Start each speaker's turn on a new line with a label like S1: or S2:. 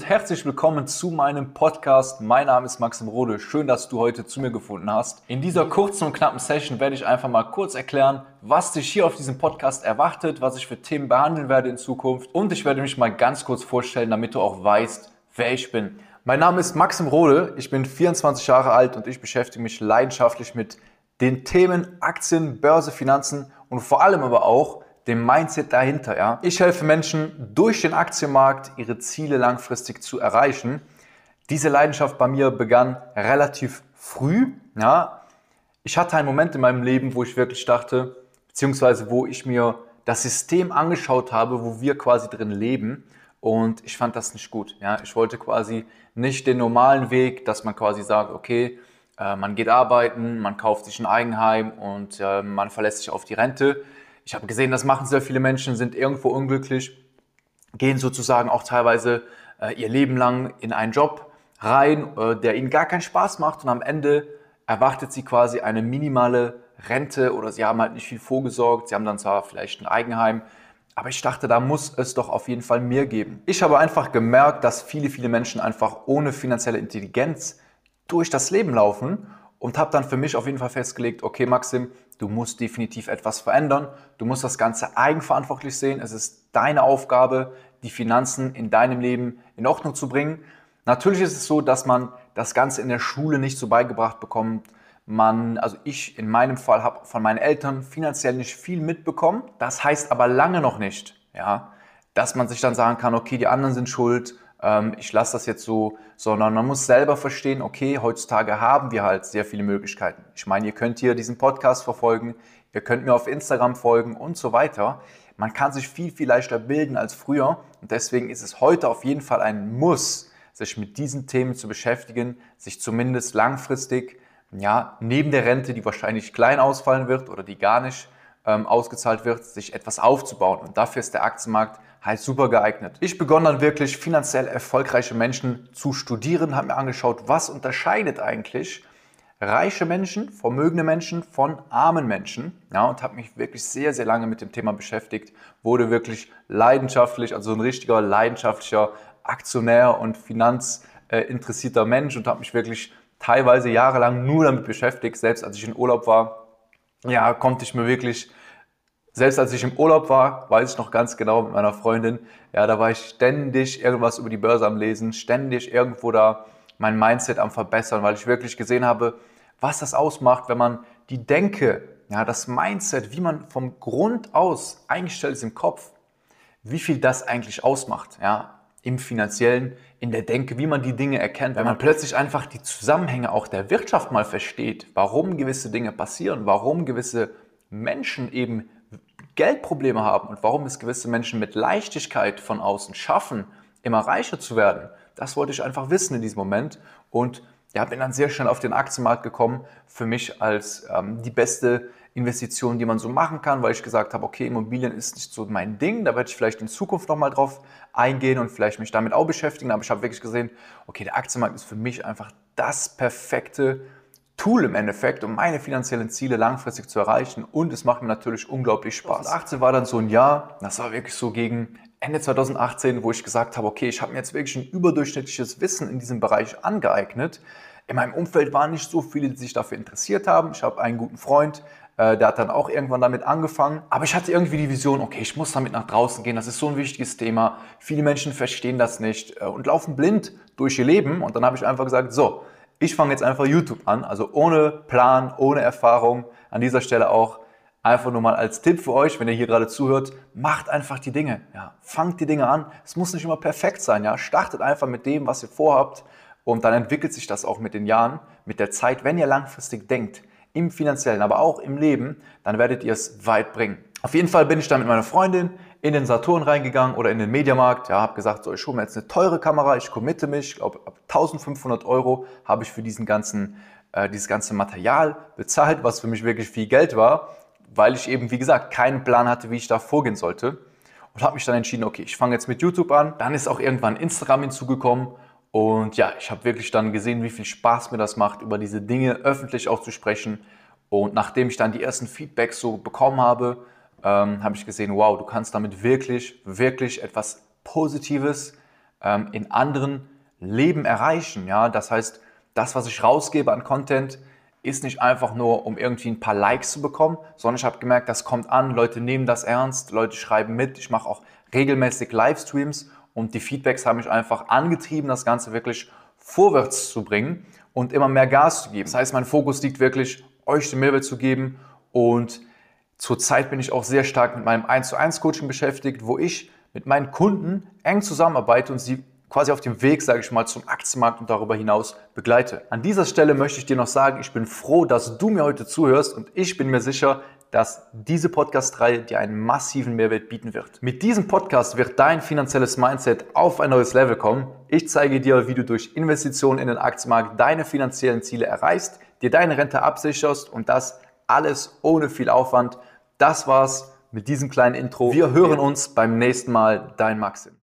S1: herzlich willkommen zu meinem Podcast. Mein Name ist Maxim Rode. Schön, dass du heute zu mir gefunden hast. In dieser kurzen und knappen Session werde ich einfach mal kurz erklären, was dich hier auf diesem Podcast erwartet, was ich für Themen behandeln werde in Zukunft. Und ich werde mich mal ganz kurz vorstellen, damit du auch weißt, wer ich bin. Mein Name ist Maxim Rode. Ich bin 24 Jahre alt und ich beschäftige mich leidenschaftlich mit den Themen Aktien, Börse, Finanzen und vor allem aber auch dem Mindset dahinter. Ja. Ich helfe Menschen durch den Aktienmarkt, ihre Ziele langfristig zu erreichen. Diese Leidenschaft bei mir begann relativ früh. Ja. Ich hatte einen Moment in meinem Leben, wo ich wirklich dachte, beziehungsweise wo ich mir das System angeschaut habe, wo wir quasi drin leben, und ich fand das nicht gut. Ja. Ich wollte quasi nicht den normalen Weg, dass man quasi sagt, okay, man geht arbeiten, man kauft sich ein Eigenheim und man verlässt sich auf die Rente. Ich habe gesehen, das machen sehr viele Menschen, sind irgendwo unglücklich, gehen sozusagen auch teilweise ihr Leben lang in einen Job rein, der ihnen gar keinen Spaß macht, und am Ende erwartet sie quasi eine minimale Rente oder sie haben halt nicht viel vorgesorgt, sie haben dann zwar vielleicht ein Eigenheim, aber ich dachte, da muss es doch auf jeden Fall mehr geben. Ich habe einfach gemerkt, dass viele Menschen einfach ohne finanzielle Intelligenz durch das Leben laufen, und habe dann für mich auf jeden Fall festgelegt, okay Maxim, du musst definitiv etwas verändern, du musst das Ganze eigenverantwortlich sehen, es ist deine Aufgabe, die Finanzen in deinem Leben in Ordnung zu bringen. Natürlich ist es so, dass man das Ganze in der Schule nicht so beigebracht bekommt. Also ich in meinem Fall habe von meinen Eltern finanziell nicht viel mitbekommen. Das heißt aber lange noch nicht, ja, dass man sich dann sagen kann, okay, die anderen sind schuld, ich lasse das jetzt so, sondern man muss selber verstehen, okay, heutzutage haben wir halt sehr viele Möglichkeiten. Ich meine, ihr könnt hier diesen Podcast verfolgen, ihr könnt mir auf Instagram folgen und so weiter. Man kann sich viel leichter bilden als früher, und deswegen ist es heute auf jeden Fall ein Muss, sich mit diesen Themen zu beschäftigen, sich zumindest langfristig, ja, neben der Rente, die wahrscheinlich klein ausfallen wird oder die gar nicht ausgezahlt wird, sich etwas aufzubauen. Und dafür ist der Aktienmarkt halt super geeignet. Ich begann dann wirklich finanziell erfolgreiche Menschen zu studieren, habe mir angeschaut, was unterscheidet eigentlich reiche Menschen, vermögende Menschen von armen Menschen, ja, und habe mich wirklich sehr lange mit dem Thema beschäftigt, wurde wirklich leidenschaftlich, also ein richtiger leidenschaftlicher Aktionär und finanzinteressierter Mensch, und habe mich wirklich teilweise jahrelang nur damit beschäftigt. Selbst als ich in Urlaub war, ja, konnte ich mir wirklich, selbst als ich im Urlaub war, weiß ich noch ganz genau mit meiner Freundin, ja, da war ich ständig irgendwas über die Börse am Lesen, ständig irgendwo da mein Mindset am Verbessern, weil ich wirklich gesehen habe, was das ausmacht, wenn man die Denke, ja, das Mindset, wie man vom Grund aus eingestellt ist im Kopf, wie viel das eigentlich ausmacht, ja, im Finanziellen, in der Denke, wie man die Dinge erkennt. Wenn man plötzlich einfach die Zusammenhänge auch der Wirtschaft mal versteht, warum gewisse Dinge passieren, warum gewisse Menschen eben Geldprobleme haben und warum es gewisse Menschen mit Leichtigkeit von außen schaffen, immer reicher zu werden. Das wollte ich einfach wissen in diesem Moment, und ja, bin dann sehr schnell auf den Aktienmarkt gekommen, für mich als die beste Investition, die man so machen kann, weil ich gesagt habe, okay, Immobilien ist nicht so mein Ding, da werde ich vielleicht in Zukunft nochmal drauf eingehen und vielleicht mich damit auch beschäftigen, aber ich habe wirklich gesehen, okay, der Aktienmarkt ist für mich einfach das perfekte Tool im Endeffekt, um meine finanziellen Ziele langfristig zu erreichen, und es macht mir natürlich unglaublich Spaß. 2018 war dann so ein Jahr, das war wirklich so gegen Ende 2018, wo ich gesagt habe, okay, ich habe mir jetzt wirklich ein überdurchschnittliches Wissen in diesem Bereich angeeignet. In meinem Umfeld waren nicht so viele, die sich dafür interessiert haben. Ich habe einen guten Freund, der hat dann auch irgendwann damit angefangen. Aber ich hatte irgendwie die Vision, okay, ich muss damit nach draußen gehen. Das ist so ein wichtiges Thema. Viele Menschen verstehen das nicht und laufen blind durch ihr Leben. Und dann habe ich einfach gesagt, so, ich fange jetzt einfach YouTube an. Also ohne Plan, ohne Erfahrung. An dieser Stelle auch einfach nur mal als Tipp für euch, wenn ihr hier gerade zuhört, macht einfach die Dinge. Ja, fangt die Dinge an. Es muss nicht immer perfekt sein. Ja, startet einfach mit dem, was ihr vorhabt. Und dann entwickelt sich das auch mit den Jahren, mit der Zeit. Wenn ihr langfristig denkt, im Finanziellen, aber auch im Leben, dann werdet ihr es weit bringen. Auf jeden Fall bin ich dann mit meiner Freundin in den Saturn reingegangen oder in den Mediamarkt. Ja, habe gesagt, so, ich hole mir jetzt eine teure Kamera, ich committe mich. Ich glaube, ab 1500 Euro habe ich für dieses ganze Material bezahlt, was für mich wirklich viel Geld war, weil ich eben, wie gesagt, keinen Plan hatte, wie ich da vorgehen sollte. Und habe mich dann entschieden, okay, ich fange jetzt mit YouTube an. Dann ist auch irgendwann Instagram hinzugekommen. Und ja, ich habe wirklich dann gesehen, wie viel Spaß mir das macht, über diese Dinge öffentlich auch zu sprechen. Und nachdem ich dann die ersten Feedbacks so bekommen habe, habe ich gesehen, wow, du kannst damit wirklich etwas Positives in anderen Leben erreichen. Ja? Das heißt, das, was ich rausgebe an Content, ist nicht einfach nur, um irgendwie ein paar Likes zu bekommen, sondern ich habe gemerkt, das kommt an, Leute nehmen das ernst, Leute schreiben mit. Ich mache auch regelmäßig Livestreams und die Feedbacks haben mich einfach angetrieben, das Ganze wirklich vorwärts zu bringen und immer mehr Gas zu geben. Das heißt, mein Fokus liegt wirklich, euch den Mehrwert zu geben, und zurzeit bin ich auch sehr stark mit meinem 1:1 Coaching beschäftigt, wo ich mit meinen Kunden eng zusammenarbeite und sie quasi auf dem Weg, sage ich mal, zum Aktienmarkt und darüber hinaus begleite. An dieser Stelle möchte ich dir noch sagen, ich bin froh, dass du mir heute zuhörst, und ich bin mir sicher, dass diese Podcast-Reihe dir einen massiven Mehrwert bieten wird. Mit diesem Podcast wird dein finanzielles Mindset auf ein neues Level kommen. Ich zeige dir, wie du durch Investitionen in den Aktienmarkt deine finanziellen Ziele erreichst, dir deine Rente absicherst, und das alles ohne viel Aufwand. Das war's mit diesem kleinen Intro. Wir hören uns beim nächsten Mal. Dein Maxim.